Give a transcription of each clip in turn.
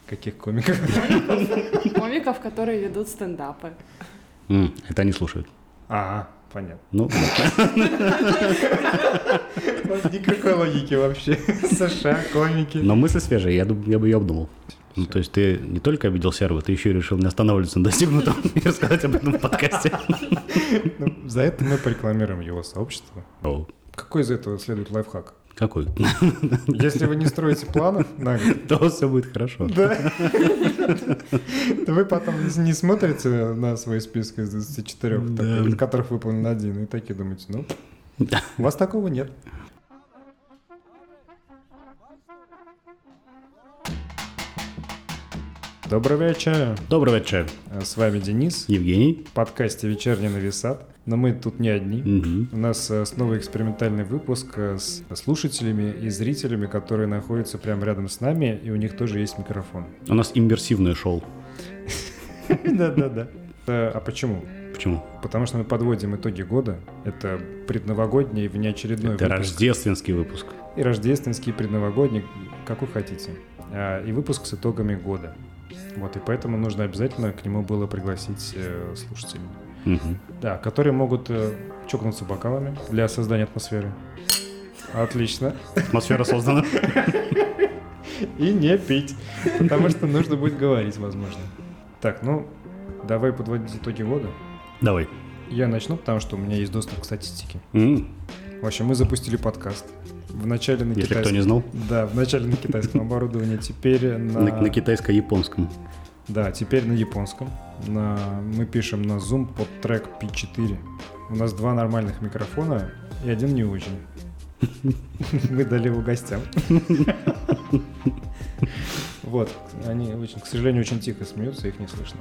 Каких комиков? Комиков, которые ведут стендапы. Это они слушают. Ага, понятно. Ну, Никакой логики вообще. США, комики. но мысль свежая, я бы ее обдумал. Ну, то есть ты не только обидел серву, ты еще и решил не останавливаться на достигнутом и рассказать об этом в подкасте. Ну, за это мы порекламируем его сообщество. О, Какой из этого следует лайфхак? какой? Если вы не строите планов на год, То все будет хорошо. да, то вы потом не смотрите на свой список из 24, Да. из которых выполнен один, и такие думаете, ну, у вас такого нет. Добрый вечер. Добрый вечер, С вами Денис. Евгений. В подкасте «Вечерний нависат». Но мы тут не одни. Мгм. У нас снова экспериментальный выпуск с слушателями и зрителями, которые находятся прямо рядом с нами, и у них тоже есть микрофон. У нас иммерсивное шоу. Да-да-да. А почему? Почему? Потому что мы подводим итоги года. Это предновогодний и внеочередной Это выпуск. рождественский выпуск. И рождественский, и предновогодний, как вы хотите. И выпуск с итогами года. Вот, и поэтому нужно обязательно к нему было пригласить слушателей. Мгм. Да, которые могут чокнуться бокалами для создания атмосферы. Отлично. Атмосфера создана. И не пить, потому что нужно будет говорить, возможно. Так, ну, давай подводить итоги года. Давай. Я начну, потому что у меня есть доступ к статистике. М, В общем, мы запустили подкаст. Вначале на Если китайском... кто не знал, Да, вначале на китайском оборудовании, теперь на китайско-японском. Да, теперь на японском. Мы пишем на Zoom под трек P4. У нас 2 нормальных микрофона и один не очень. Мы дали его гостям. Вот, они, к сожалению, очень тихо смеются, их не слышно.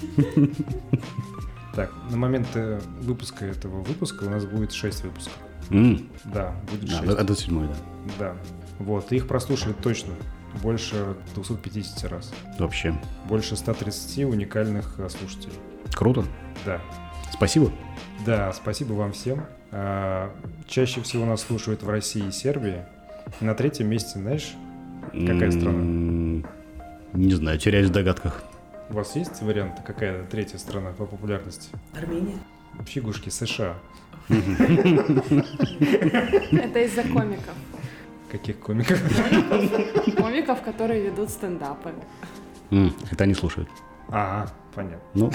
Так, на момент выпуска этого выпуска у нас будет 6 выпусков. Да, будет 6. Это 7-й, да. Да. Вот, их прослушали точно больше 250 раз. Вообще. Больше 130 уникальных слушателей. Круто. Да. Спасибо. Да, спасибо вам всем. Чаще всего нас слушают в России и Сербии. На 3-м месте, знаешь, какая страна? Не знаю, теряюсь в догадках. У вас есть варианты, какая 3-я страна по популярности? Армения. Фигушки, США. Это из-за комиков. Каких комиков? Комиков, которые ведут стендапы. Это они слушают. Ага, понятно. Ну,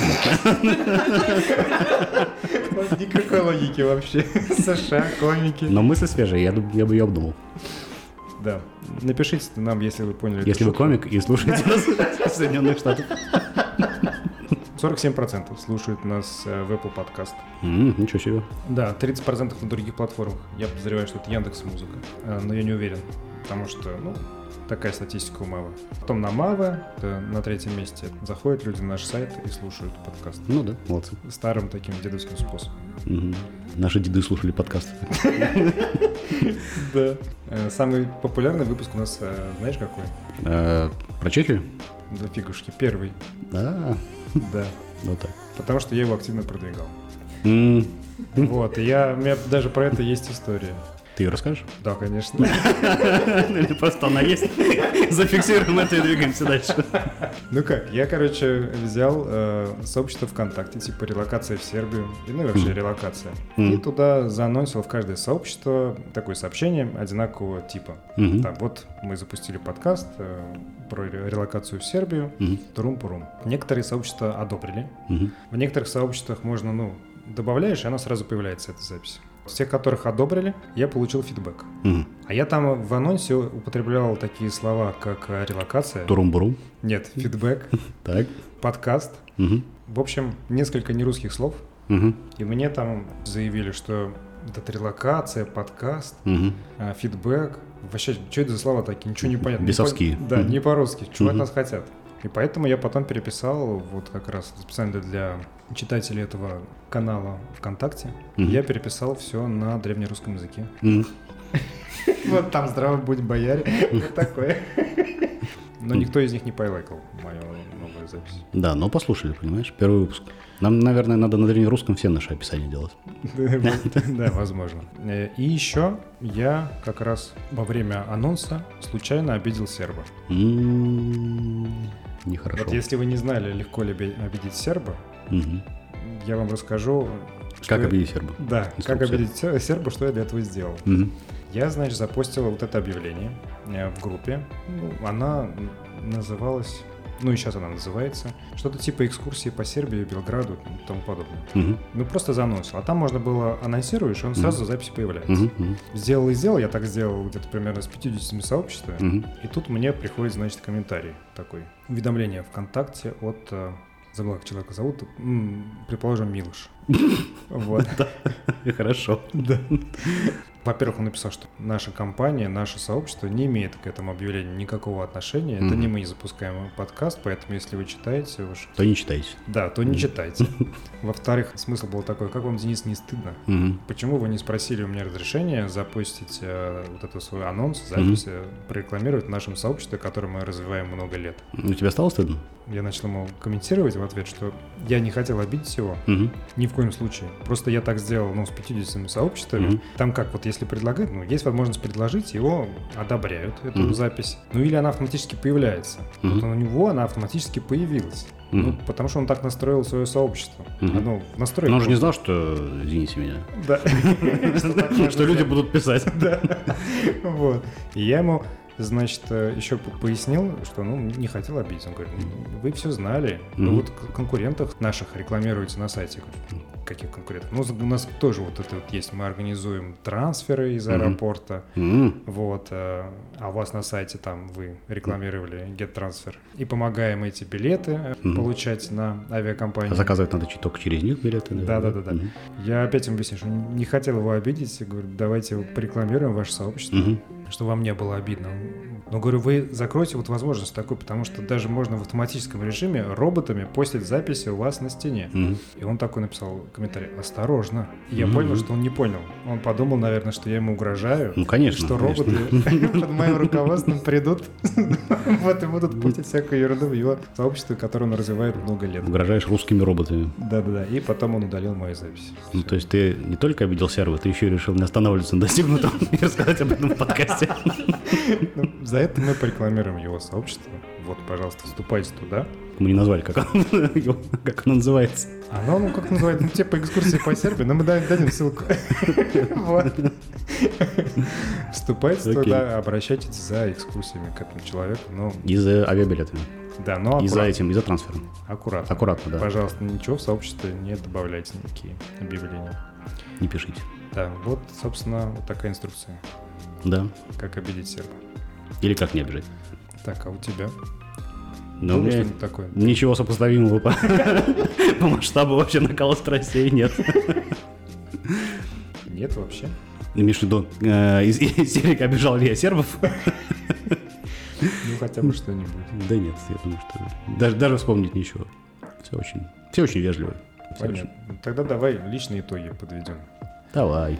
Никакой логики вообще. США, комики. но мысль свежая, я бы ее обдумал. Да. Напишите нам, если вы поняли. Если эту вы шутку. комик и слушаете нас из Соединенных Штатов. 47% слушают нас в Apple Podcast. Ничего себе. Да, 30% на других платформах. Я подозреваю, что это Яндекс.Музыка. Но я не уверен, потому что, такая статистика у Мавы. Потом на Мавы, на 3-м месте, заходят люди на наш сайт и слушают подкаст. Ну да, молодцы. Старым таким дедовским способом. Мгм. Наши деды слушали подкаст. Да. Самый популярный выпуск у нас, знаешь, какой? Про Чехию? Да фигушки, первый. Да, Да. вот так. Потому что я его активно продвигал. М, Вот, и у меня даже про это есть история. Ты ее расскажешь? Да, конечно. Или просто она есть? Зафиксируем это и двигаемся дальше. Ну как, я, взял сообщество ВКонтакте, типа релокация в Сербию, и вообще релокация. И туда заанонсил в каждое сообщество такое сообщение одинакового типа. Там, вот мы запустили подкаст про релокацию в Сербию, турум-пурум. Некоторые сообщества одобрили. В некоторых сообществах можно, добавляешь, и она сразу появляется, эта запись. С тех, которых одобрили, я получил фидбэк. А я там в анонсе употреблял такие слова, как релокация. Турум-бурум. Нет, фидбэк, Так. подкаст. В общем, несколько нерусских слов. И мне там заявили, что это релокация, подкаст, фидбэк. Вообще, что это за слова такие? Ничего не понятно. Бесовские. Да, не по-русски. Чего от нас хотят? И поэтому я потом переписал, вот как раз специально для читателей этого канала ВКонтакте, я переписал все на древнерусском языке. Вот там здраво будь бояре. Такое. Но никто из них не полайкал мою новую запись. Да, но послушали, понимаешь, первый выпуск. Нам, наверное, надо на древнерусском все наши описания делать. Да, возможно. И еще я как раз во время анонса случайно обидел серба. Нехорошо. Вот если вы не знали, легко ли обидеть серба, Мгм. я вам расскажу... Как что- обидеть серба? Да, как Инструкция. обидеть серба, что я для этого сделал. Мгм. Я, значит, запостил вот это объявление в группе. Ну, она называлась, ну и сейчас она называется, что-то типа экскурсии по Сербии, Белграду и тому подобное. Мгм. Ну, просто заносил. А там можно было анонсируешь, и он сразу в записи появляется. Мгм. Мгм. Сделал и сделал, я так сделал где-то примерно с 50 сообществами. Мгм. И тут мне приходит, значит, комментарий такой. Уведомление ВКонтакте от... забыл, как человека зовут, предположим, Милош. Вот. Хорошо. Да. Во-первых, он написал, что наша компания, наше сообщество не имеет к этому объявлению никакого отношения. Это не мы запускаем подкаст, поэтому если вы читаете уж... То не читайте. Да, то не читайте. Во-вторых, смысл был такой, как вам, Денис, не стыдно? Мгм. Почему вы не спросили у меня разрешения запустить вот эту свой анонс, запись, прорекламировать в нашем сообществе, которое мы развиваем много лет? Ну, тебе стало стыдно? Я начал ему комментировать в ответ, что я не хотел обидеть его, Мгм. ни в коем случае. Просто я так сделал, с 50 сообществами. Мгм. Там как, вот если предлагают, есть возможность предложить, его одобряют, эту Мгм. запись. Ну или она автоматически появляется. Мгм. Вот у него она автоматически появилась. Мгм. Ну, потому что он так настроил свое сообщество. Мгм. Оно настроено. Но он же не знал, что, извините меня, Да. что люди будут писать. Да. Вот. И я ему, значит, еще пояснил, что, не хотел обидеть. Он говорит, вы все знали. Вы Мгм. вот конкурентах наших рекламируете на сайте. Я говорю, каких конкурентов? У нас тоже вот это вот есть. Мы организуем трансферы из аэропорта. Мгм. Вот. А у вас на сайте там вы рекламировали GetTransfer. И помогаем эти билеты получать на авиакомпанию. А заказывать надо только через них билеты? наверное, Да. Мгм. Я опять ему объяснил, что не хотел его обидеть. Я говорю, давайте порекламируем ваше сообщество, Мгм. что вам не было обидно. Но говорю, вы закройте вот возможность такую, потому что даже можно в автоматическом режиме роботами постить записи у вас на стене. Мгм. И он такой написал комментарий, осторожно. И я Мгм. понял, что он не понял. Он подумал, наверное, что я ему угрожаю. Ну, конечно. Что конечно. роботы под моим руководством придут вот и будут путать всякую ерунду в его сообществе, которое он развивает много лет. Угрожаешь русскими роботами. Да. И потом он удалил мои записи. Ну, то есть ты не только обидел серва, ты еще и решил не останавливаться на достигнутом и рассказать об этом в подкасте. За это мы порекламируем его сообщество. Вот, пожалуйста, вступайте туда. Мы не назвали, как оно называется. Оно, как называется, типа экскурсии по Сербии, но мы дадим ссылку. Вот. Вступайте Окей. туда, обращайтесь за экскурсиями к этому человеку. Ну, И за авиабилетами. да, но И за аккуратно. этим, и за трансфером. Аккуратно. Аккуратно, да. Пожалуйста, ничего в сообществе не добавляйте, никакие объявления. Не пишите. Да, вот, собственно, вот такая инструкция, Да. как обидеть серба. Или как не обижать. Так, а у тебя? Но у Было меня что-нибудь такое? ничего сопоставимого по масштабу вообще накала страстей нет. Нет вообще? Имеешь в виду, из серии «Обижал ли я сербов»? Ну, хотя бы что-нибудь. Да нет, я думаю, что даже вспомнить ничего. Все очень вежливо. Все очень- Понятно. Тогда давай личные итоги подведем. Давай.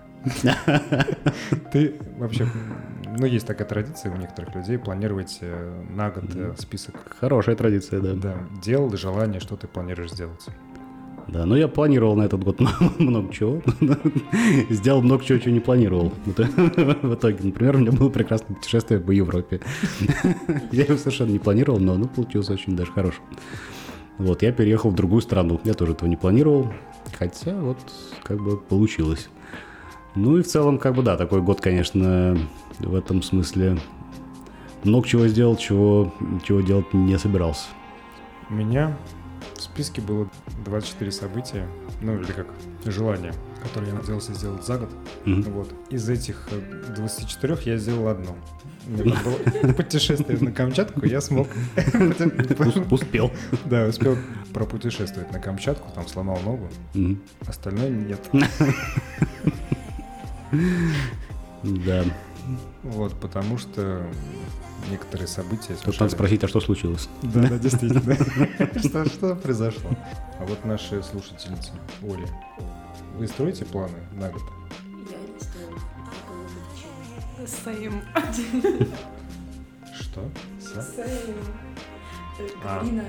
Ты вообще, есть такая традиция у некоторых людей планировать на год список Хорошая традиция, да. да, дел, желаний, что ты планируешь сделать. Да, но я планировал на этот год много чего. Сделал много чего не планировал. В итоге, например, у меня было прекрасное путешествие по Европе. Я его совершенно не планировал, но оно получилось очень даже хорошим. Вот, я переехал в другую страну. Я тоже этого не планировал, хотя вот как бы получилось. Ну и в целом, как бы да, такой год, конечно, в этом смысле много чего сделал, чего делать не собирался. У меня в списке было 24 события, или как желания, которые я надеялся сделать за год. Мгм. Вот. Из этих 24 я сделал одно. У меня там было путешествие на Камчатку, я смог. Успел. Да, успел пропутешествовать на Камчатку, там сломал ногу, Мгм. остальное нет. Да. Вот, потому что некоторые события Тут надо спросить, а что случилось? Да, действительно. Что произошло? А вот наши слушательницы, Оля, вы строите планы на год? Я не строю, а было бы Стоим. Что? Сэм. А. Галина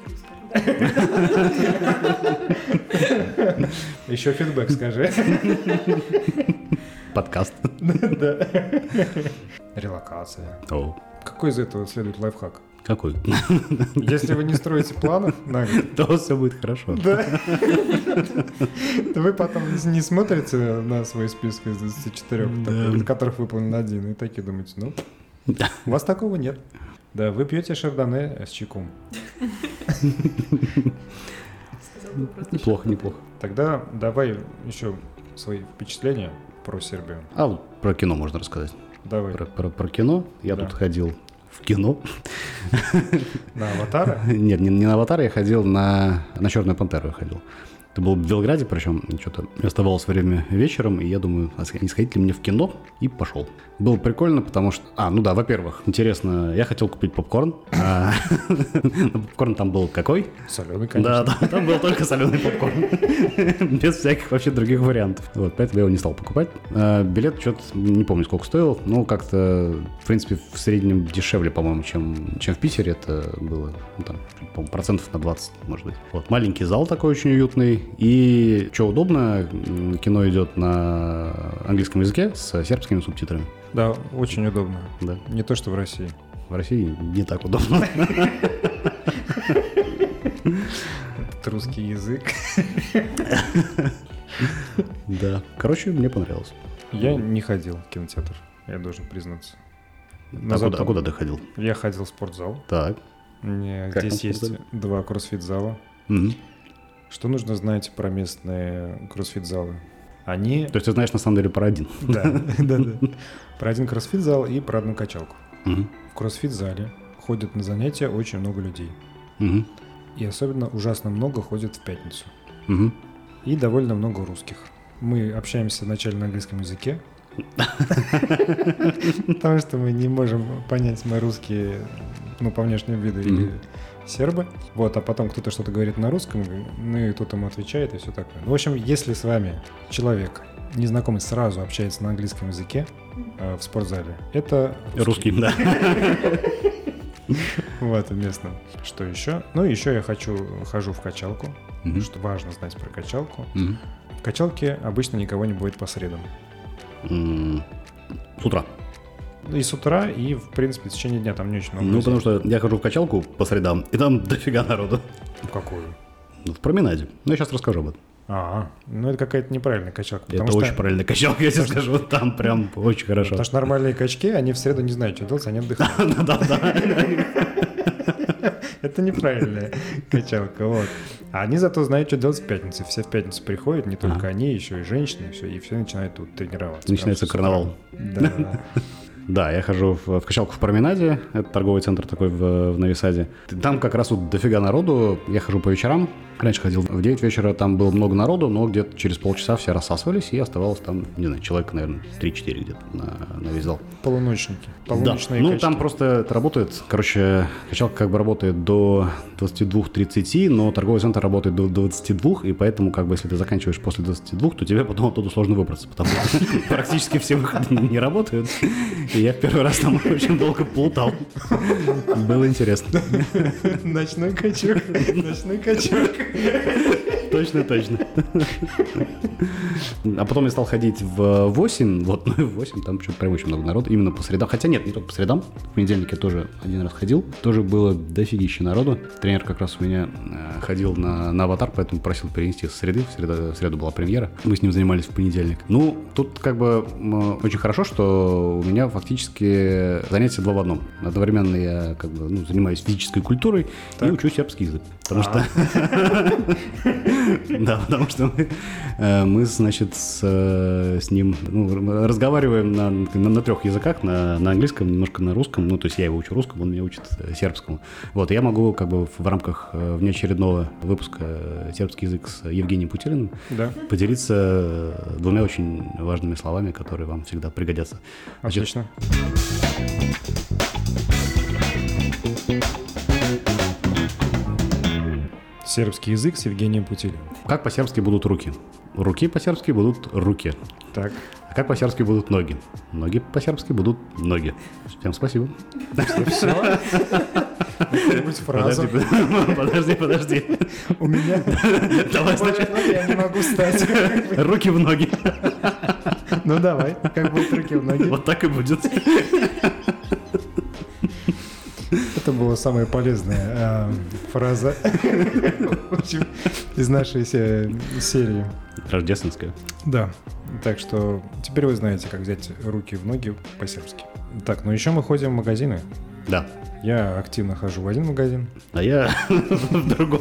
Древнерусская. Еще фидбэк скажи. Подкаст. Да. Релокация. О, Какой из этого следует лайфхак? Какой? Если вы не строите планов на год, То все будет хорошо. да, то вы потом не смотрите на свой список из 24, из которых выполнен один, и такие думаете, ну, у вас такого нет. Да, вы пьете шардоне с чайком. Неплохо, неплохо. Тогда давай еще свои впечатления про Сербию. А вот про кино можно рассказать. Давай. Про кино. Я Да. тут ходил в кино. На «Аватара»? Нет, не на «Аватар», я ходил на «Черную пантеру» я ходил. Это был в Белграде, причем что-то оставалось время вечером, и я думаю, а не сходить ли мне в кино, и пошел. Было прикольно, потому что... ну да, во-первых, интересно, я хотел купить попкорн. Но попкорн там был какой? Соленый, конечно. Да, там был только соленый попкорн. Без всяких вообще других вариантов. Вот, поэтому я его не стал покупать. Билет что-то, не помню, сколько стоил. Ну, как-то, в принципе, в среднем дешевле, по-моему, чем в Питере это было. Ну, там, по-моему, процентов на 20, может быть. Вот, маленький зал такой очень уютный. И, что удобно, кино идет на английском языке с сербскими субтитрами. Да, очень удобно. Да. Не то, что в России. В России не так удобно. Это русский язык. Да. Короче, мне понравилось. Я не ходил в кинотеатр, я должен признаться. А куда ты ходил? Я ходил в спортзал. Так. Как Здесь там в есть спортзале? 2 кроссфит-зала. Мгм. Что нужно знать про местные кроссфит-залы? Они... То есть ты знаешь на самом деле про один. Да, да, да. Про один кроссфит-зал и про одну качалку. Мгм. В кроссфит-зале ходят на занятия очень много людей. Мгм. И особенно ужасно много ходят в пятницу. Мгм. И довольно много русских. Мы общаемся вначале на английском языке, потому что мы не можем понять, мы русские, ну, по внешнему виду или сербы. Вот, а потом кто-то что-то говорит на русском, ну, и кто-то ему отвечает, и все такое. Ну, в общем, если с вами человек, незнакомый, сразу общается на английском языке в спортзале, это Русский, да. Вот, местном. Что еще? Ну, еще я хожу в качалку, Мгм. что важно знать про качалку. Мгм. В качалке обычно никого не будет по средам. С утра. И с утра, и, в принципе, в течение дня там не очень много Ну, людей. потому что я хожу в качалку по средам, и там дофига народу. Какую? Ну, в променаде. Ну, я сейчас расскажу об этом. Ну это какая-то неправильная качалка. Это потому очень что, правильная качалка, я тебе скажу. Там прям очень хорошо. Потому что нормальные качки, они в среду не знают, что делать, они отдыхают. Да-да-да. Это неправильная качалка, вот. А они зато знают, что делать в пятницу. Все в пятницу приходят, не только они, еще и женщины, и все начинают тут тренироваться. Начинается Прям карнавал. Да. Да, я хожу в качалку в променаде, это торговый центр такой в Нови Саде. Там как раз вот дофига народу, я хожу по вечерам. Раньше ходил в 9 вечера, там было много народу, но где-то через полчаса все рассасывались, и оставалось там, не знаю, человек, наверное, 3-4 где-то на весь зал. Полуночники. Да, Полуночные ну качки. там просто это работает, короче, качалка как бы работает до 22-30, но торговый центр работает до 22, и поэтому как бы если ты заканчиваешь после 22, то тебе потом оттуда сложно выбраться, потому что практически все выходы не работают. И я в первый раз там очень долго плутал. Было интересно. Ночной качок. Ночной качок. Точно. А потом я стал ходить в 8, вот, ну и в 8 там что-то прям очень много народу, именно по средам. Хотя нет, не только по средам, в понедельник я тоже один раз ходил, тоже было дофигища народу. Тренер как раз у меня ходил на «Аватар», поэтому просил перенести с среды, в среду была премьера, мы с ним занимались в понедельник. Ну, тут как бы очень хорошо, что у меня фактически занятия 2 в 1. Одновременно я как бы занимаюсь физической культурой и учу сербский язык, потому что... Да, потому что мы значит, с ним разговариваем на 3 языках, на английском, немножко на русском, ну, то есть я его учу русскому, он меня учит сербскому. Вот, и я могу как бы в рамках внеочередного выпуска «Сербский язык» с Евгением Путилиным поделиться 2 очень важными словами, которые вам всегда пригодятся. Отлично. Сербский язык с Евгением Путилиным. Как по-сербски будут руки? Руки по-сербски будут руки. Так. А как по-сербски будут ноги? Ноги по-сербски будут ноги. Всем спасибо. Все? Какую-нибудь фразу. Подожди. У меня... Давай сначала. Я не могу встать. Руки в ноги. Ну давай, как будут руки в ноги. Вот так и будет. Это была самая полезная фраза в общем, из нашей серии. Рождественская. Да. Так что теперь вы знаете, как взять руки в ноги по-сербски. Так, ну еще мы ходим в магазины. Да. Я активно хожу в один магазин. А я в другой.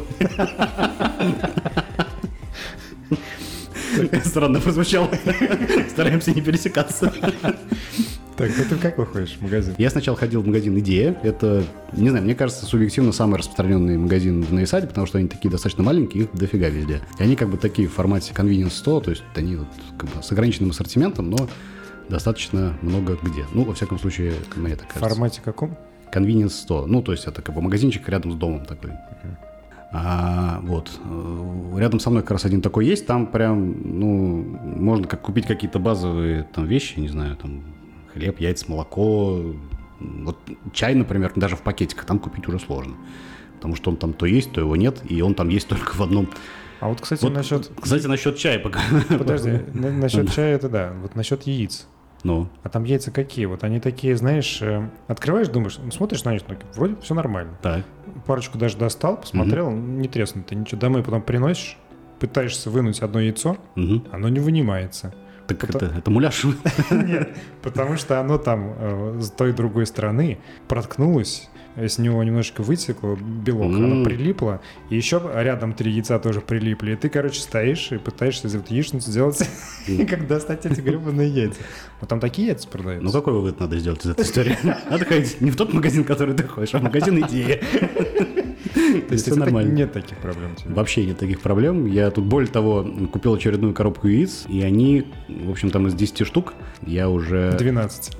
Странно прозвучало. Стараемся не пересекаться. Так, ну ты как выходишь в магазин? Я сначала ходил в магазин «Идея». Это, не знаю, мне кажется, субъективно самый распространенный магазин в Нови Саде, потому что они такие достаточно маленькие, их дофига везде. И они как бы такие в формате convenience store, то есть они вот как бы с ограниченным ассортиментом, но достаточно много где. Ну, во всяком случае, мне так кажется. В формате каком? Convenience store. Ну, то есть это как бы магазинчик рядом с домом такой. Вот. Рядом со мной как раз один такой есть. Там прям, ну, можно купить какие-то базовые там вещи, не знаю, там хлеб, яйца, молоко. Вот чай, например, даже в пакетиках там купить уже сложно. Потому что он там то есть, то его нет, и он там есть только в одном. А вот, кстати, насчет чая пока. Подожди, насчет чая это да. Вот насчет яиц. Ну. А там яйца какие? Вот они такие, знаешь, открываешь, думаешь, смотришь на них, вроде все нормально. Так. Парочку даже достал, посмотрел, не треснуто, ничего. Домой потом приносишь, пытаешься вынуть одно яйцо, оно не вынимается. Так это муляж? Нет, потому что оно там с той другой стороны проткнулось, с него немножечко вытекло белок, оно прилипло, и еще рядом 3 яйца тоже прилипли. И ты, короче, стоишь и пытаешься яичницу сделать, как достать эти гребаные яйца. Вот там такие яйца продаются. Ну какой вывод надо сделать из этой истории? Надо ходить не в тот магазин, в который ты ходишь, а в магазин «Идея». То есть это нормально. Нет таких проблем? Вообще нет таких проблем. Я тут, более того, купил очередную коробку яиц, и они, в общем, там из 10 штук я уже... 12.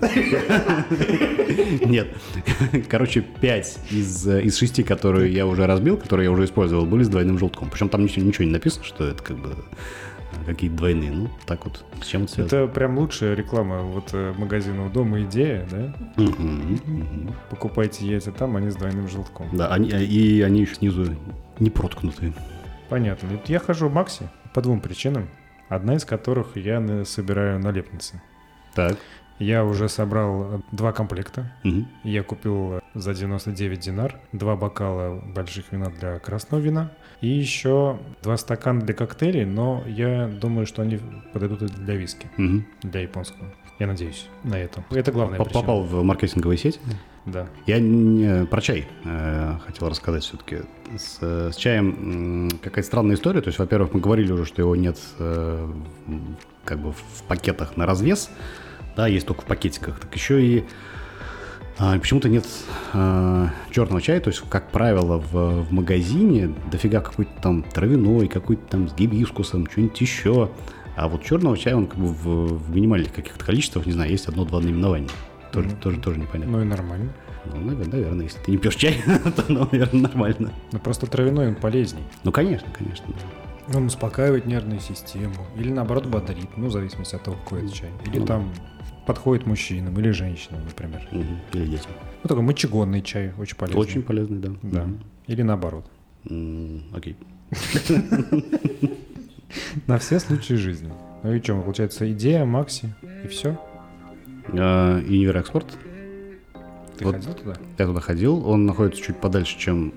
Нет. Короче, 5 из 6, которые я уже разбил, которые я уже использовал, были с двойным желтком. Причем там ничего не написано, что это как бы какие-то двойные. Ну, так вот. С чем это связано? Это прям лучшая реклама вот магазина у дома «Идея», да? Покупайте яйца там, они с двойным желтком. Да, и они еще снизу не проткнутые. Понятно. Я хожу в Макси по 2 причинам. Одна из которых я собираю налепницы. Так. Я уже собрал 2 комплекта. Я купил за 99 динар 2 бокала больших вина для красного вина и еще 2 стакана для коктейлей, но я думаю, что они подойдут и для виски, для японского. Я надеюсь на это. Это главная причина. Попал в маркетинговые сети? Да. Я про чай хотел рассказать все-таки. С чаем какая-то странная история. То есть, во-первых, мы говорили уже, что его нет как бы в пакетах на развес. Да, есть только в пакетиках. Так еще и почему-то нет черного чая. То есть, как правило, в магазине дофига какой-то там травяной, какой-то там с гибискусом, что-нибудь еще. А вот черного чая, он как бы в минимальных каких-то количествах, не знаю, есть 1-2 наименования. Тоже непонятно. Ну и нормально. Ну, наверное, если ты не пьешь чай, то, наверное, нормально. Ну просто травяной он полезней. Ну, конечно. Он успокаивает нервную систему. Или наоборот бодрит. Ну, в зависимости от того, какой это чай. Или там подходит мужчинам или женщинам, например. Или детям. Ну, такой мочегонный чай, очень полезный. Очень полезный, да. Да. Или наоборот. Окей. На все случаи жизни. Ну и что, получается, «Идея», Макси и все? Юниверэкспорт. Ты ходил туда? Я туда ходил. Он находится чуть подальше, чем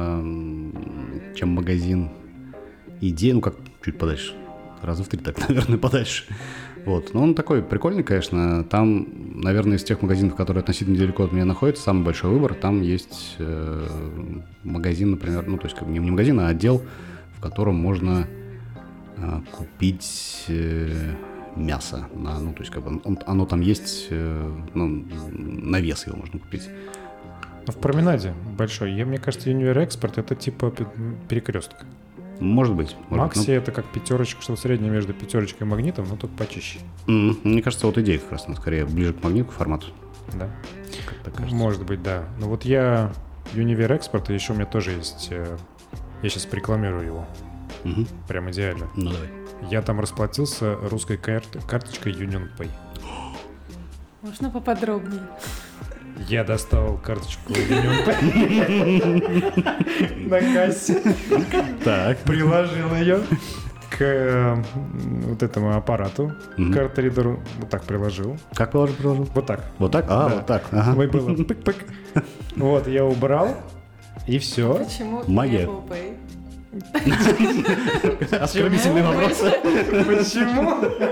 магазин «Идея». Ну, как чуть подальше. Раза в 3 так, наверное, подальше. Вот. Но он такой прикольный, конечно. Там, наверное, из тех магазинов, которые относительно недалеко от меня находятся, самый большой выбор. Там есть магазин, например, ну, то есть как бы не магазин, а отдел, в котором можно купить мясо. Ну, то есть как бы оно там есть, на вес его можно купить. В променаде большой. Мне кажется, Юниверэкспорт — это типа перекрестка. Может быть. Макси это как пятерочка, что среднее между пятерочкой и магнитом, но только почище. Мне кажется, вот идея как раз скорее ближе к магниту, к формату. Да. Может быть, да. Но вот я Юниверэкспорт, и еще у меня тоже есть. Я сейчас рекламирую его. Прям идеально. Ну давай. Я там расплатился русской карточкой Union Pay. Можно поподробнее? Я достал карточку Union Pay на кассе. Так. Приложил ее к вот этому аппарату, карт-ридеру, вот так приложил. Как приложил? Вот так. Вот так? Да. Вот так. Ага. Чтобы было пык-пык. Вот, я убрал, и все. Почему Магия. Apple Pay? Оскорбительные вопросы. Почему?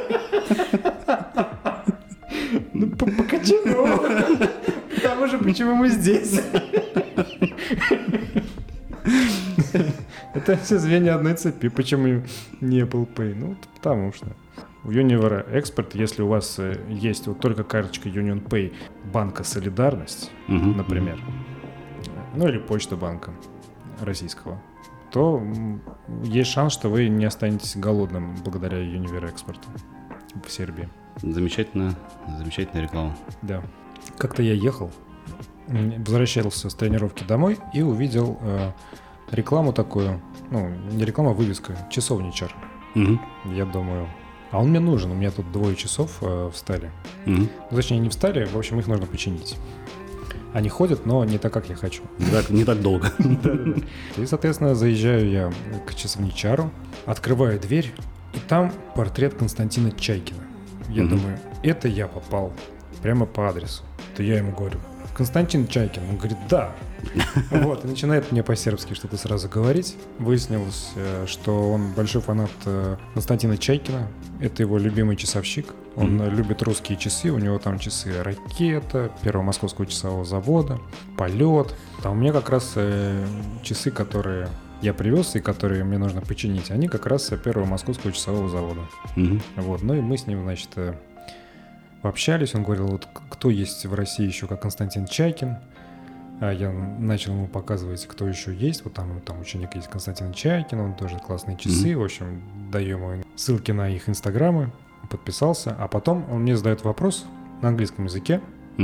Ну, почему? Потому что почему мы здесь? Это все звенья одной цепи. Почему не Apple Pay? Ну, потому что в Univer Expert, если у вас есть вот только карточка Union Pay банка «Солидарность», например, ну или почта банка российского, то есть шанс, что вы не останетесь голодным благодаря Univer Expert в Сербии. Замечательная реклама. Да. Как-то я ехал, возвращался с тренировки домой и увидел рекламу такую, ну, не реклама, а вывеска, часовничар. Я думаю, а он мне нужен, у меня тут 2 часов встали. Ну, точнее, не встали, в общем, их нужно починить. Они ходят, но не так, как я хочу. Не так долго. И, соответственно, заезжаю я к часовничару, открываю дверь, и там портрет Константина Чайкина. Я думаю, это я попал прямо по адресу. То я ему говорю, Константин Чайкин. Он говорит, да. Вот, и начинает мне по-сербски что-то сразу говорить. Выяснилось, что он большой фанат Константина Чайкина. Это его любимый часовщик. Он любит русские часы. У него там часы «Ракета», Первого Московского часового завода, «Полет». А у меня как раз часы, которые я привез и которые мне нужно починить, они как раз Первого Московского часового завода. Вот, ну и мы с ним, значит, пообщались. Он говорил, вот кто есть в России еще как Константин Чайкин. Я начал ему показывать, кто еще есть. Вот там ученик есть Константин Чайкин, он тоже классные часы. В общем, даю ему ссылки на их инстаграмы, подписался. А потом он мне задает вопрос на английском языке.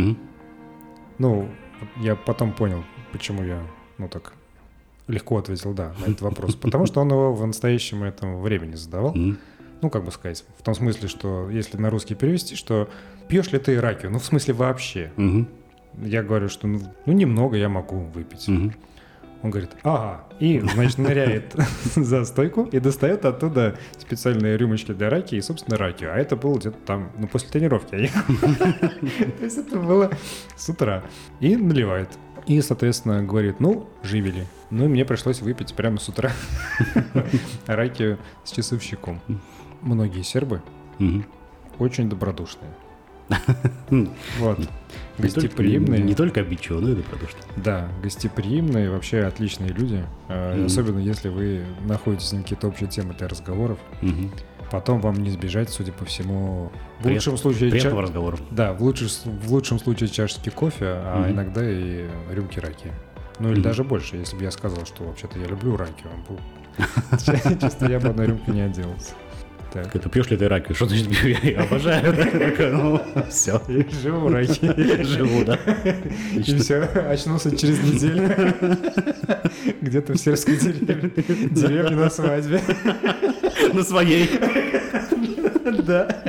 Ну, я потом понял, почему я, так легко ответил «да» на этот вопрос. Потому что он его в настоящем этом времени задавал. Ну, как бы сказать, в том смысле, что если на русский перевести, что пьешь ли ты ракию? Ну, в смысле вообще. Я говорю, что немного я могу выпить. Он говорит, ага. И, значит, ныряет за стойку и достает оттуда специальные рюмочки для ракии и, собственно, ракию. А это было где-то там, после тренировки я ехал. То есть это было с утра. И наливает. И, соответственно, говорит, живели. Ну, и мне пришлось выпить прямо с утра ракию с часовщиком. Многие сербы очень добродушные. Вот. Гостеприимные. Не только обидчивые, но и добродушные. Да, гостеприимные, вообще отличные люди. Особенно если вы находитесь на какие-то общие темы для разговоров. Потом вам не сбежать, судя по всему. В лучшем случае приятного разговора. Да, в лучшем случае чашечки кофе, а иногда и рюмки ракии. Ну или даже больше, если бы я сказал, что вообще-то я люблю ракию. Чисто я бы одной рюмки не отделался. Так. Это пьешь ли ты ракию? Что значит пью? Я обожаю. Все. Я живу ракией. Живу, да. И все, очнулся через неделю. Где-то в сельской деревне на свадьбе. На своей. Да.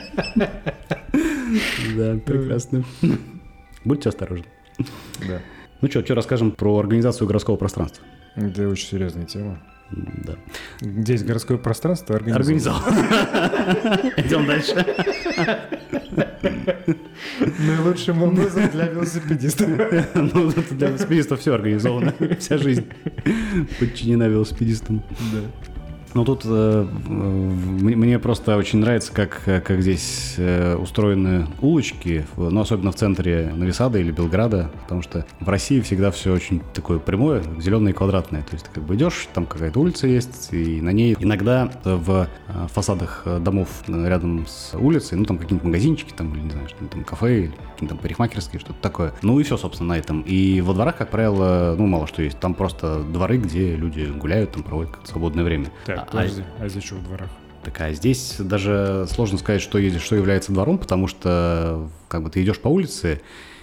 Да, прекрасно. Будьте осторожны. Да. Ну что расскажем про организацию городского пространства? Это очень серьезная тема. Да. Здесь городское пространство организовано. Идем дальше. Наилучшим образом для велосипедистов. Для велосипедистов все организовано. Вся жизнь подчинена велосипедистам. Да. Ну тут мне просто очень нравится, как здесь устроены улочки, особенно в центре Нови-Сада или Белграда, потому что в России всегда все очень такое прямое, зеленое и квадратное. То есть ты как бы идешь, там какая-то улица есть, и на ней иногда в фасадах домов рядом с улицей, там какие-нибудь магазинчики, там, или не знаю, что-нибудь там кафе, или какие-нибудь там парикмахерские, что-то такое. Ну и все, собственно, на этом. И во дворах, как правило, мало что есть. Там просто дворы, где люди гуляют, там проводят свободное время. Подожди, а здесь что в дворах? А здесь даже сложно сказать, что является двором, потому что как бы ты идешь по улице,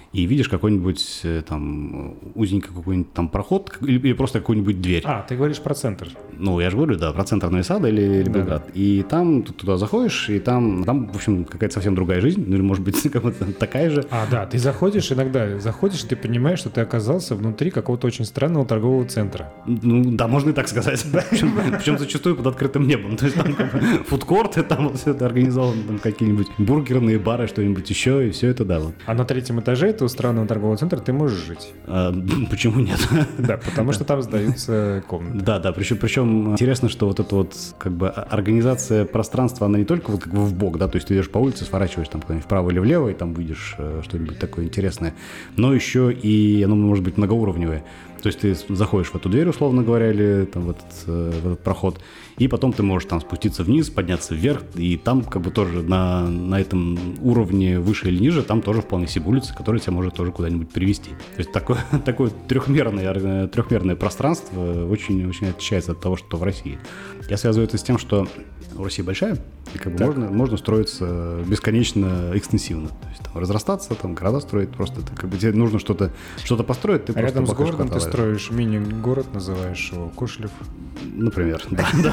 и видишь какой-нибудь там узенький какой-нибудь там проход или просто какую-нибудь дверь. Ты говоришь про центр. Ну, я же говорю, да, про центр Нови-Сада или Белград. Да. И там ты туда заходишь, и там, в общем, какая-то совсем другая жизнь, ну или, может быть, как-то такая же. Да, ты заходишь, и ты понимаешь, что ты оказался внутри какого-то очень странного торгового центра. Ну, да, можно и так сказать. Причем зачастую под открытым небом. То есть там фудкорты, там вот все это организовано, там какие-нибудь бургерные бары, что-нибудь еще, и все это, да. Вот. А на 3-м этаже этого странного торгового центра ты можешь жить? Почему нет? Да, потому что там сдаются комнаты. Да, причем интересно, что вот эта вот как бы организация пространства, она не только вот как бы в бок, да, то есть ты идешь по улице, сворачиваешь там куда-нибудь вправо или влево, и там видишь что-нибудь такое интересное, но еще и оно может быть многоуровневое. То есть ты заходишь в эту дверь, условно говоря, или там в этот проход, и потом ты можешь там спуститься вниз, подняться вверх, и там как бы тоже на этом уровне выше или ниже, там тоже вполне себе улица, которая тебя может тоже куда-нибудь привести. То есть такое трехмерное пространство очень отличается от того, что в России. Я связываю это с тем, что Россия большая, и как бы можно строиться бесконечно экстенсивно. То есть там разрастаться, там города строить, просто ты, как бы тебе нужно что-то построить, ты рядом просто с городом ты строишь мини-город, называешь его Кошлев. Например,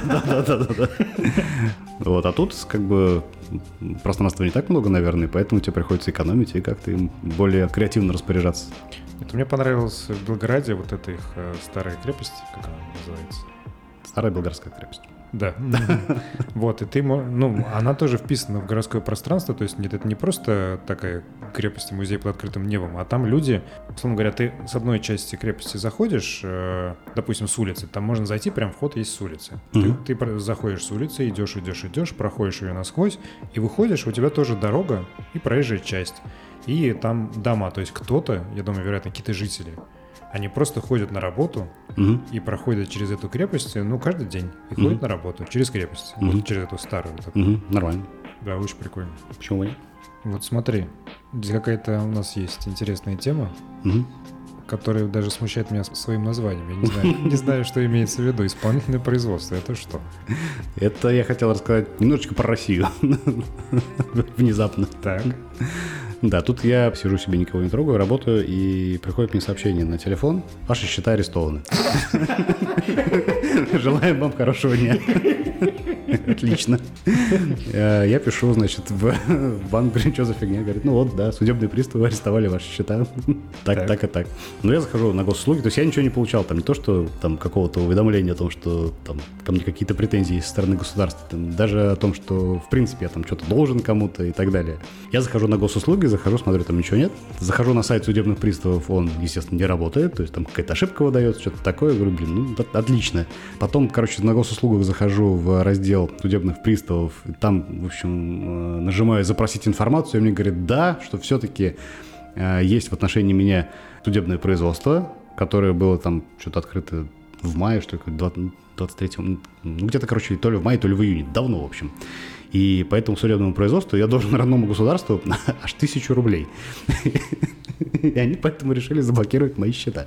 да. Вот, а тут как бы пространства не так много, наверное, поэтому тебе приходится экономить и как-то им более креативно распоряжаться. Это мне понравилось в Белграде, вот эта их старая крепость, как она называется? Старая Белградская крепость. Да. Вот, и ты, она тоже вписана в городское пространство, то есть нет, это не просто такая крепость, музей под открытым небом, а там люди, условно говоря, ты с одной части крепости заходишь, допустим, с улицы, там можно зайти, прям вход есть с улицы. Ты заходишь с улицы, идешь, проходишь ее насквозь, и выходишь, у тебя тоже дорога и проезжая часть. И там дома, то есть кто-то, я думаю, вероятно, какие-то жители, они просто ходят на работу и проходят через эту крепость, каждый день. И ходят на работу через крепость. Вот через эту старую. Нормально. Да, очень прикольно. Почему нет? Вот смотри, здесь какая-то у нас есть интересная тема, которая даже смущает меня своим названием. Я не знаю, что имеется в виду. Исполнительное производство. Это что? Это я хотел рассказать немножечко про Россию. Внезапно. Так. Да, тут я сижу себе, никого не трогаю, работаю, и приходит мне сообщение на телефон: ваши счета арестованы. Желаем вам хорошего дня. Отлично. Я пишу, значит, в банк, говорю, что за фигня? Говорит, судебные приставы арестовали ваши счета. Так и так. Но я захожу на госуслуги, то есть я ничего не получал. Там не то, что там какого-то уведомления о том, что там ко мне какие-то претензии со стороны государства, там, даже о том, что в принципе я там что-то должен кому-то и так далее. Я захожу на госуслуги, смотрю, там ничего нет. Захожу на сайт судебных приставов, он, естественно, не работает, то есть там какая-то ошибка выдается, что-то такое. Я говорю, отлично. Потом, на госуслугах захожу в раздел судебных приставов, и там, в общем, нажимаю «Запросить информацию», и мне говорят, да, что все-таки есть в отношении меня судебное производство, которое было там что-то открыто в мае, что ли, 23-м, где-то, то ли в мае, то ли в июне, давно, в общем. И по этому судебному производству я должен родному государству аж 1000 рублей. И они поэтому решили заблокировать мои счета.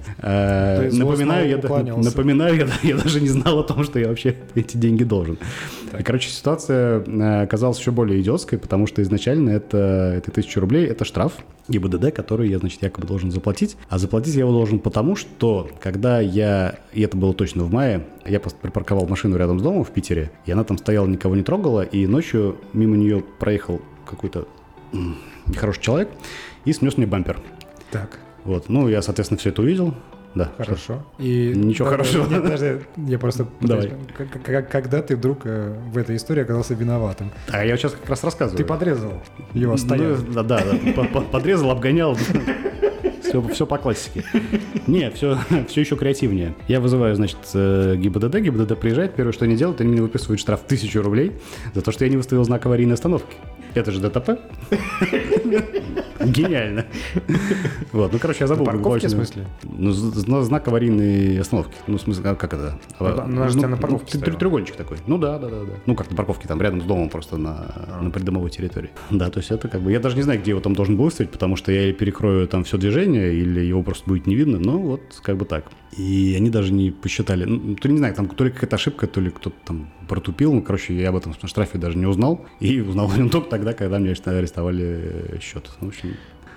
Напоминаю, я даже не знал о том, что я вообще эти деньги должен. И, ситуация оказалась еще более идиотской, потому что изначально это 1000 рублей, это штраф ГИБДД, который я, якобы должен заплатить. А заплатить я его должен потому, что когда и это было точно в мае, я припарковал машину рядом с домом в Питере, и она там стояла, никого не трогала, и ночью мимо нее проехал какой-то нехороший человек и снес мне бампер. Так. Вот, я, соответственно, все это увидел. Да. Хорошо. И ничего хорошего. Нет, даже я просто... Давай. Когда ты вдруг в этой истории оказался виноватым? А я сейчас как раз рассказываю. Ты подрезал его, стоял. Да. Подрезал, обгонял. Все по классике. Не, все еще креативнее. Я вызываю, ГИБДД приезжает, первое, что они делают, они мне выписывают штраф 1000 рублей за то, что я не выставил знак аварийной остановки. Это же ДТП. Гениально. Вот, я забыл. Парковки, в смысле? Знак аварийной остановки. В смысле, как это? Она же у тебя на парковке стояла. Треугольничек такой. Да. Как на парковке, там рядом с домом, просто на придомовой территории. Да, то есть это я даже не знаю, где его там должен был выставить, потому что я перекрою там все движение, или его просто будет не видно, так. И они даже не посчитали. Не знаю, там то ли какая-то ошибка, то ли кто-то там протупил. Я об этом штрафе даже не узнал. И узнал о нем только тогда, когда мне арестовали счет. В общем,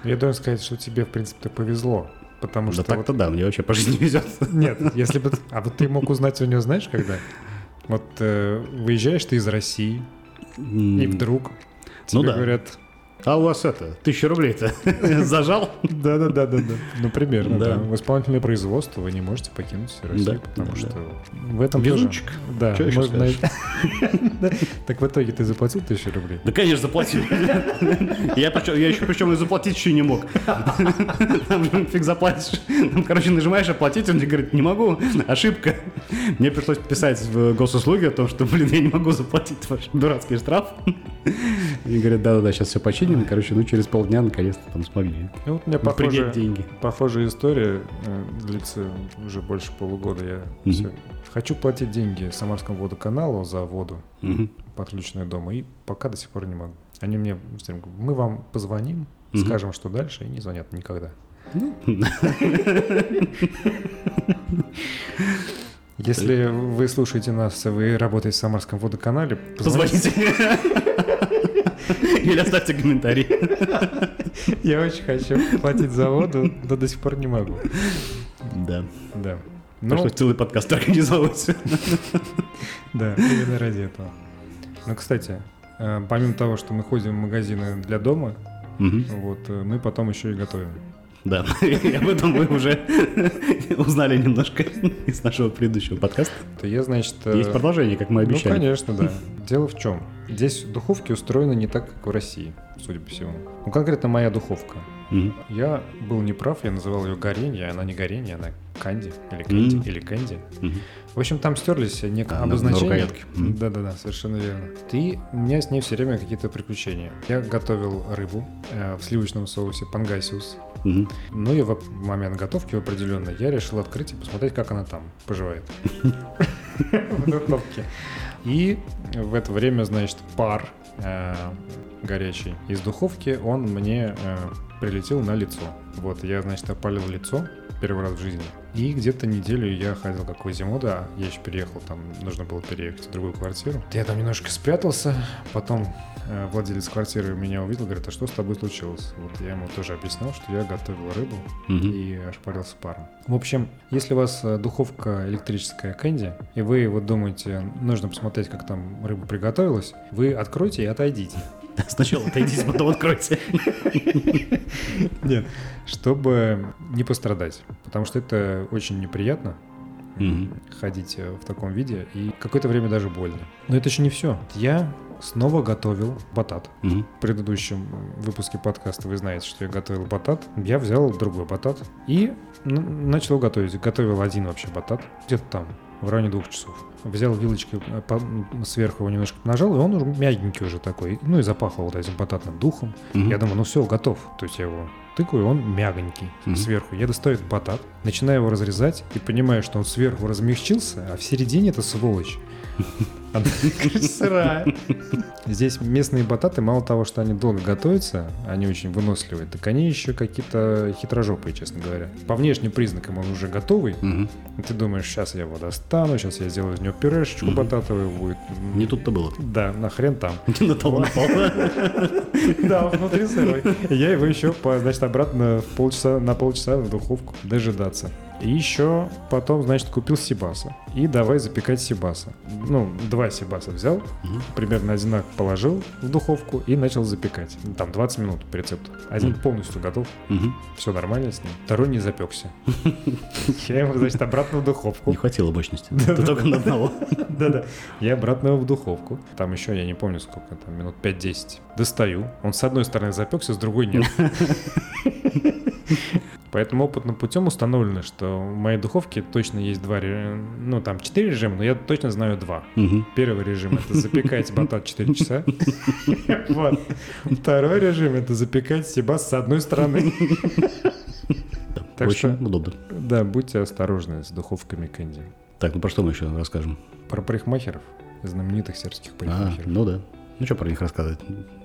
Я должен сказать, что тебе, в принципе, повезло. Потому Да что так-то да, мне вообще по жизни везет. Нет, если бы... А вот ты мог узнать у него, знаешь, когда? Вот выезжаешь ты из России, и вдруг тебе да. говорят... А у вас 1000 рублей-то зажал? Да. Ну, примерно, Да. да. В исполнительное производство вы не можете покинуть Россию, Да, потому да. что в этом Везунчик. тоже... Да, Чё ещё можно... скажешь? Да. Так в итоге ты заплатил 1000 рублей? Да, конечно, заплатил. Я еще причем и заплатить еще не мог. Там же фиг заплатишь. Там, короче, нажимаешь оплатить, он тебе говорит, не могу, ошибка. Мне пришлось писать в госуслуги о том, что, я не могу заплатить ваш дурацкий штраф. И говорят, да-да-да, сейчас все починим. Короче, через полдня наконец-то там смогли Ну, вот у меня принять деньги. похожая история длится уже больше полугода. Я всё хочу платить деньги Самарскому водоканалу за воду, подключенную дома, и пока до сих пор не могу. Они мне все время говорят, мы вам позвоним, скажем, что дальше, и не звонят никогда. Если вы слушаете нас, вы работаете в Самарском водоканале, Позвоните. Или оставьте комментарий. Я очень хочу платить за воду, но до сих пор не могу. Да. Да. Пришлось целый подкаст организовывать. Да, именно ради этого. Ну, кстати, помимо того, что мы ходим в магазины для дома, вот, мы потом еще и готовим. Да, и об этом вы уже узнали немножко из нашего предыдущего подкаста. То я, значит... Есть продолжение, как мы обещали. Ну, конечно, да. Дело в чем? Здесь духовки устроены не так, как в России, судя по всему. Ну, конкретно моя духовка. Я был неправ, я называл ее горенье, она не горенье, она канди, или кэнди, или кэнди. В общем, там стерлись некие обозначения. На рукоятке. Да-да-да, совершенно верно. И у меня с ней все время какие-то приключения. Я готовил рыбу в сливочном соусе пангасиус. Ну и в момент готовки в определенный я решил открыть и посмотреть, как она там поживает в духовке. И в это время, значит, пар горячий из духовки, он мне прилетел на лицо. Вот, я, значит, опалил лицо первый раз в жизни. И где-то неделю я ходил как Квазимода, я еще переехал, там нужно было переехать в другую квартиру. Я там немножко спрятался, потом владелец квартиры меня увидел, говорит, а что с тобой случилось? Вот я ему тоже объяснил, что я готовил рыбу и ошпарился паром. В общем, если у вас духовка электрическая кэнди, и вы вот думаете, нужно посмотреть, как там рыба приготовилась, вы откройте и отойдите. Сначала отойдите, потом откройте. Нет, чтобы не пострадать, потому что это очень неприятно ходить в таком виде, и какое-то время даже больно. Но это еще не все. Я снова готовил батат. В предыдущем выпуске подкаста вы знаете, что я готовил батат. Я взял другой батат и начал готовить. Готовил один вообще батат, где-то там, в районе 2 часов. Взял вилочкой, сверху его немножко нажал, и он уже мягенький уже такой. Ну и запахло вот этим бататным духом. Я думаю, ну все, готов. То есть я его тыкаю, он мягонький сверху. Я достаю этот батат, начинаю его разрезать и понимаю, что он сверху размягчился, а в середине это сволочь. Она сырая. Здесь местные бататы, мало того, что они долго готовятся, они очень выносливые, так они еще какие-то хитрожопые, честно говоря. По внешним признакам он уже готовый. И ты думаешь, сейчас я его достану, сейчас я сделаю из него пюрешечку бататовую будет. Не тут-то было. Да, нахрен там. На того напал. Да, внутри сырой. Я его еще, значит, обратно на полчаса в духовку дожидаться. И еще потом, значит, купил сибаса. И давай запекать сибаса. Ну, 2 сибаса взял, примерно одинаково положил в духовку и начал запекать. Там 20 минут по рецепту. Один полностью готов. Все нормально с ним. Второй не запекся. Я его, значит, обратно в духовку. Не хватило мощности. Ты только на одного. Да-да. Я обратно его в духовку. Там еще, я не помню сколько, там минут 5-10. Достаю. Он с одной стороны запекся, с другой нет. Поэтому опытным путем установлено, что в моей духовке точно есть 2 режима, ну там 4 режима, но я точно знаю 2. Первый режим — это запекать батат 4 часа. Второй режим — это запекать сибас с одной стороны. Так что, очень удобно. да, будьте осторожны с духовками кэнди. Так, ну про что мы еще расскажем? Про парикмахеров, знаменитых сербских парикмахеров. Ну да. Ну что про них рассказывать?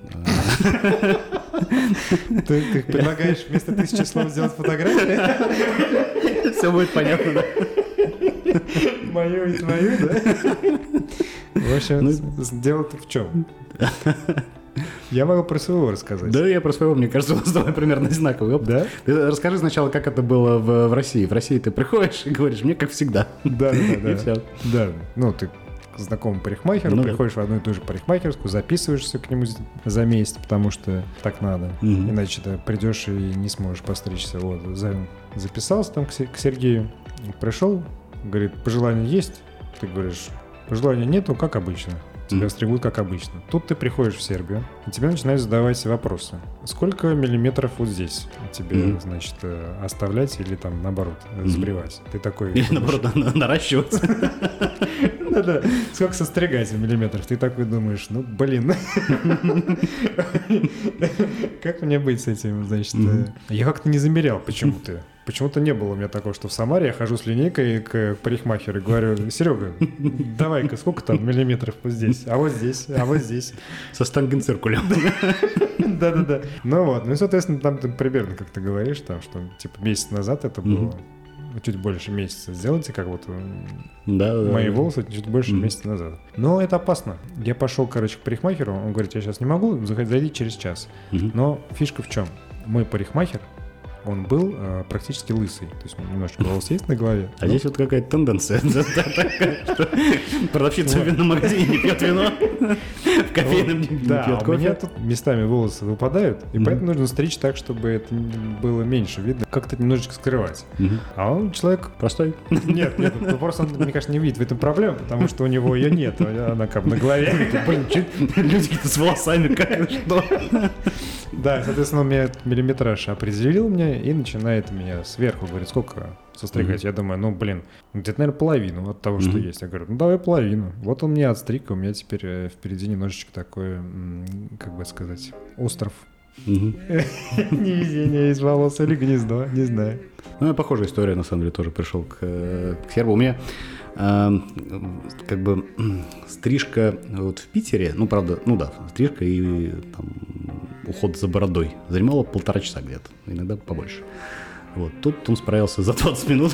Ты предлагаешь вместо 1000 слов сделать фотографию? Все будет понятно, да? Мою и твою, да? В общем, дело-то в чем? Я могу про своего рассказать. Да, я про своего, мне кажется, у нас с тобой примерно одинаковый опыт. Да? Ты расскажи сначала, как это было в России. В России ты приходишь и говоришь, мне как всегда. Да. И все. Да, ну ты к знакомому парикмахеру, Ну, приходишь в одну и ту же парикмахерскую, записываешься к нему за месяц, потому что так надо. Мгм. Иначе ты придешь и не сможешь постричься. Вот, записался там к Сергею, пришел, говорит, пожелания есть? Ты говоришь, пожелания нету, как обычно. Тебя стригут как обычно. Тут ты приходишь в Сербию, и тебе начинают задавать вопросы. Сколько миллиметров вот здесь тебе, значит, оставлять или там, наоборот, сбривать? Ты такой... Или наоборот, наращиваться. Да-да. Сколько состригать в миллиметрах? Ты такой думаешь, ну, блин. Как мне быть с этим, значит? Я как-то не замерял почему-то. Почему-то не было у меня такого, что в Самаре я хожу с линейкой к парикмахеру и говорю, Серега, давай-ка, сколько там миллиметров вот здесь, а вот здесь, а вот здесь. Со штангенциркулем. Да-да-да. Ну вот, ну и, соответственно, там ты примерно, как ты говоришь, там, что, типа, месяц назад это было, чуть больше месяца. Сделайте, как вот мои волосы чуть больше месяца назад. Но это опасно. Я пошел, короче, к парикмахеру, он говорит, я сейчас не могу, зайди через час. Но фишка в чем? Мой парикмахер, он был практически лысый. То есть немножечко волос есть на голове. А здесь вот какая-то тенденция. Продавщица в винном магазине не пьет вино, в кофейном не пьет Да, у меня кофе. тут местами волосы выпадают, и поэтому нужно стричь так, чтобы это было меньше видно, как-то немножечко скрывать. А он человек... Простой. Нет, просто он, мне кажется, не видит в этом проблем, потому что у него ее нет, она как бы на голове. Блин, люди-то с волосами, как что? Да, соответственно, он мне миллиметраж определил мне и начинает меня сверху, говорит, сколько состригать. Я думаю, ну, блин, где-то, наверное, половину от того, что есть. Я говорю, ну, давай половину. Вот он мне отстриг, и у меня теперь впереди немножечко такой, как бы сказать, остров. Невезение из волос или гнездо, не знаю. Ну, похожая история, на самом деле, тоже пришел к сербу. У меня как бы стрижка вот в Питере, ну, правда, ну да, стрижка и там, уход за бородой занимало 1,5 часа где-то, иногда побольше. Вот, тут он справился за 20 минут.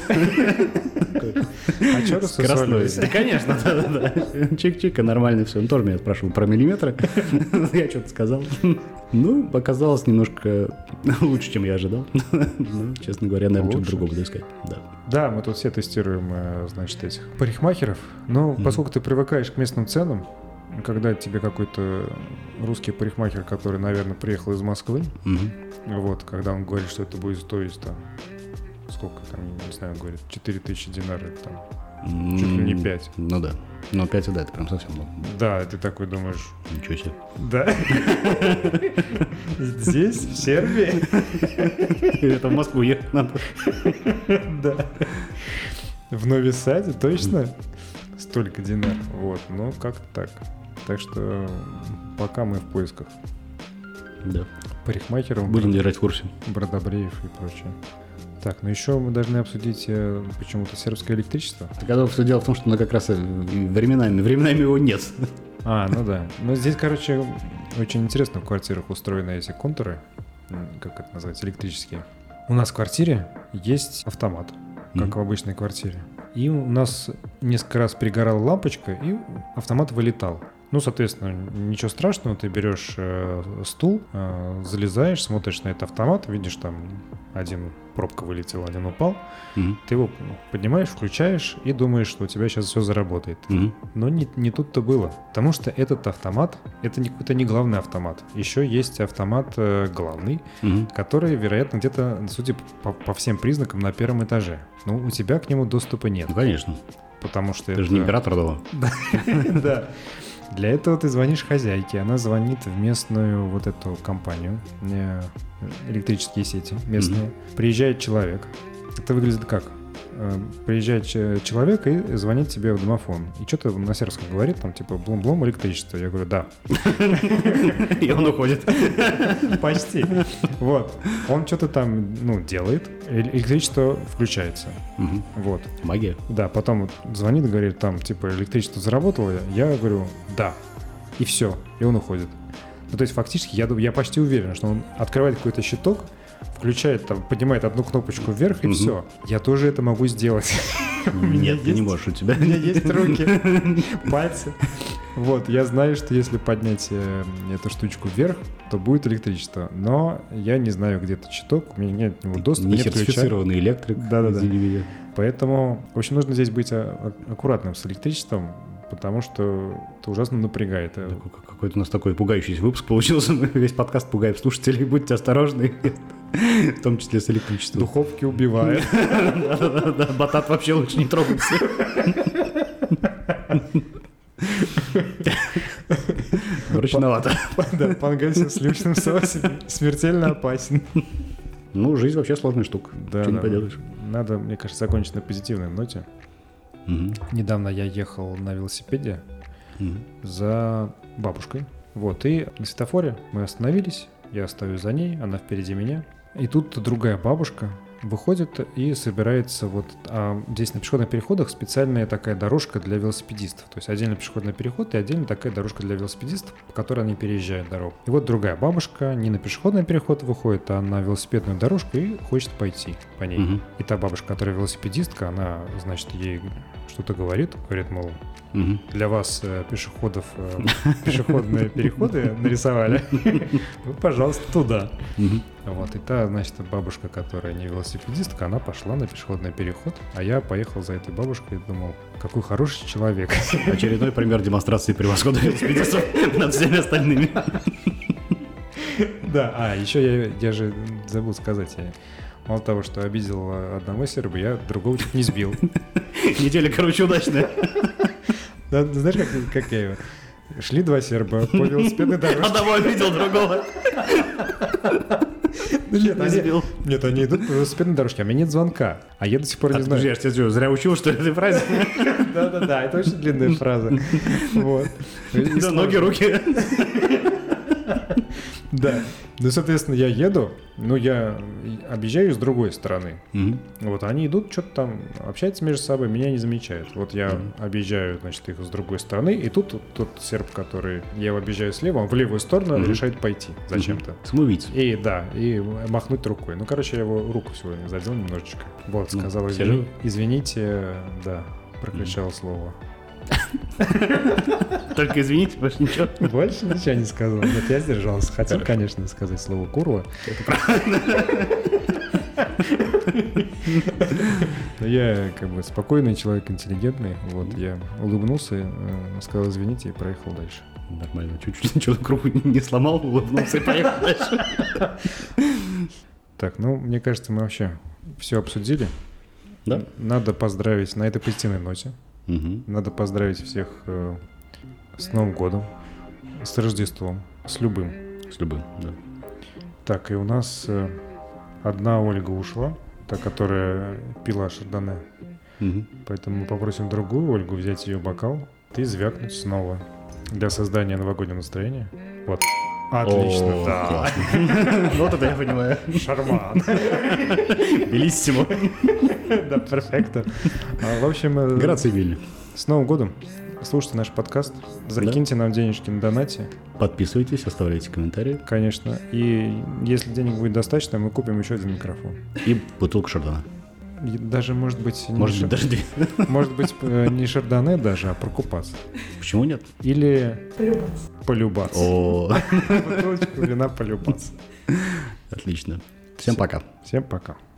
А что рассусоливаете? Да, конечно, да. Чик-чик, нормально все. Он тоже меня спрашивал про миллиметры. Я что-то сказал. Ну, оказалось немножко лучше, чем я ожидал. Ну, честно говоря, наверное, что-то другое буду искать. Да, мы тут все тестируем, значит, этих парикмахеров. Но поскольку ты привыкаешь к местным ценам, когда тебе какой-то русский парикмахер, который, наверное, приехал из Москвы, вот, когда он говорит, что это будет стоить там, сколько там, не знаю, говорит, 4000 динаров, там, чуть ли не 5. Ну да. Но 5, да, это прям совсем много. Да, ты такой думаешь... Ничего себе. Да? Здесь, в Сербии? Это в Москву ехать надо. Да. В Нови Саде точно столько динар. Вот, ну как-то так. Так что пока мы в поисках. Да. Парикмахеров. Будем держать в курсе. Бродобреев и прочее. Так, ну еще мы должны обсудить почему-то сербское электричество. Так, а все дело в том, что оно как раз временами его нет. А, ну да. Ну здесь, короче, очень интересно в квартирах устроены эти контуры, как это называется, электрические. У нас в квартире есть автомат, как в обычной квартире. И у нас несколько раз пригорала лампочка, и автомат вылетал. Ну, соответственно, ничего страшного, ты берешь стул, залезаешь, смотришь на этот автомат, видишь, там один пробка вылетела, один упал. Ты его поднимаешь, включаешь и думаешь, что у тебя сейчас все заработает. Но не тут-то было. Потому что этот автомат, это не главный автомат. Еще есть автомат главный, который, вероятно, где-то, судя по всем признакам, на первом этаже. Но у тебя к нему доступа нет. Ну, конечно. Потому что Ты же не император дома. Да. Для этого ты звонишь хозяйке, она звонит в местную вот эту компанию, электрические сети местные. Приезжает человек. Это выглядит как? Приезжает человек и звонит тебе в домофон. И что-то на сербском говорит, там типа блум-блум электричество. Я говорю, да. И он уходит. Почти. Вот. Он что-то там, делает. Электричество включается. Вот. Магия. Да, потом звонит, говорит, там, типа, электричество заработало. Я говорю, да. И все. И он уходит. Ну, то есть, фактически, я почти уверен, что он открывает какой-то щиток, включает, там, поднимает одну кнопочку вверх, и все. Я тоже это могу сделать. Нет, ты не можешь, у тебя. У меня есть руки, пальцы. Вот, я знаю, что если поднять эту штучку вверх, то будет электричество. Но я не знаю, где этот щиток, у меня нет к нему доступа, Не нет ключа. сертифицированный электрик. Да-да-да. извини меня. Поэтому, в общем, нужно здесь быть аккуратным с электричеством, потому что это ужасно напрягает. Какой-то у нас такой пугающийся выпуск получился. Мы весь подкаст пугаем слушателей. Будьте осторожны, в том числе с электричеством. Духовки убивает. Да, батат вообще лучше не трогайте. Ручновато. Да, пангасин в сливочном соусе смертельно опасен. Ну, жизнь вообще сложная штука. Да, Что не да. поделаешь. Надо, мне кажется, закончить на позитивной ноте. Мгм. Недавно я ехал на велосипеде Мгм. за бабушкой. Вот, и на светофоре мы остановились. Я стою за ней, она впереди меня. И тут другая бабушка выходит и собирается вот... здесь на пешеходных переходах специальная такая дорожка для велосипедистов. То есть отдельно пешеходный переход и отдельно такая дорожка для велосипедистов, по которой они переезжают дорогу. И вот другая бабушка не на пешеходный переход выходит, а на велосипедную дорожку и хочет пойти по ней. Мгм. И та бабушка, которая велосипедистка, она, значит, ей что-то говорит, мол, Мгм. для вас, пешеходов, пешеходные переходы нарисовали. Вы, пожалуйста, туда. Мгм. Вот, и та, значит, бабушка, которая не велосипедистка, она пошла на пешеходный переход, а я поехал за этой бабушкой и думал, какой хороший человек. Очередной пример демонстрации превосхода велосипедистов над всеми остальными. Да, еще я же забыл сказать, я мало того, что обидел одного серба, я другого чуть не сбил. Неделя, короче, удачная. Да, знаешь, как я его? Шли два серба по велосипедной дорожке. Одного обидел, другого. Нет, сбил. Нет, они идут по велосипедной дорожке, а у меня нет звонка. А я до сих пор не Подожди, знаю. я тебя зря учил, что этой фразе. Да-да-да, это очень длинная фраза. Вот. И Да, ноги, руки. Да. Ну, соответственно, я еду, но я объезжаю с другой стороны. Мгм. Вот они идут, что-то там общаются между собой, меня не замечают. Вот я объезжаю, значит, их с другой стороны, и тут тот серб, который я его объезжаю слева, он в левую сторону решает пойти зачем-то. Самоубийца. И да, и махнуть рукой. Ну, короче, я его руку сегодня задел немножечко. Вот, Ну, сказал, все живы? извините, да, прокричал слово. Только извините, больше ничего. Больше ничего не сказал. Нет, я сдержался. Хотел, конечно, сказать слово «курва». Но я как бы спокойный человек, интеллигентный. Вот я улыбнулся, сказал извините и проехал дальше. Нормально, чуть-чуть ничего кругу не сломал, улыбнулся и поехал дальше. Так, ну, мне кажется, мы вообще все обсудили. Да? Надо поздравить на этой позитивной ноте. Мгм. Надо поздравить всех с Новым годом, с Рождеством, с любым. С любым, да. Так, и у нас одна Ольга ушла, та, которая пила шардоне. Мгм. Поэтому мы попросим другую Ольгу взять ее бокал и звякнуть снова для создания новогоднего настроения. Вот. Отлично, О, да. классно. Вот это я понимаю. Шарман. Белиссимо. Да, перфекто. В общем, Грация Вилли. с Новым годом. Слушайте наш подкаст. Закиньте нам денежки на донате, Подписывайтесь, оставляйте комментарии. конечно. И если денег будет достаточно, мы купим еще один микрофон. И бутылку шардона. И даже, может быть, не Может быть, даже две. может быть, не шардоне даже, а прокупаться. Почему нет? Или Полюбаться. полюбаться. О, Бутылочку вина полюбаться. отлично. Всем пока. Всем пока.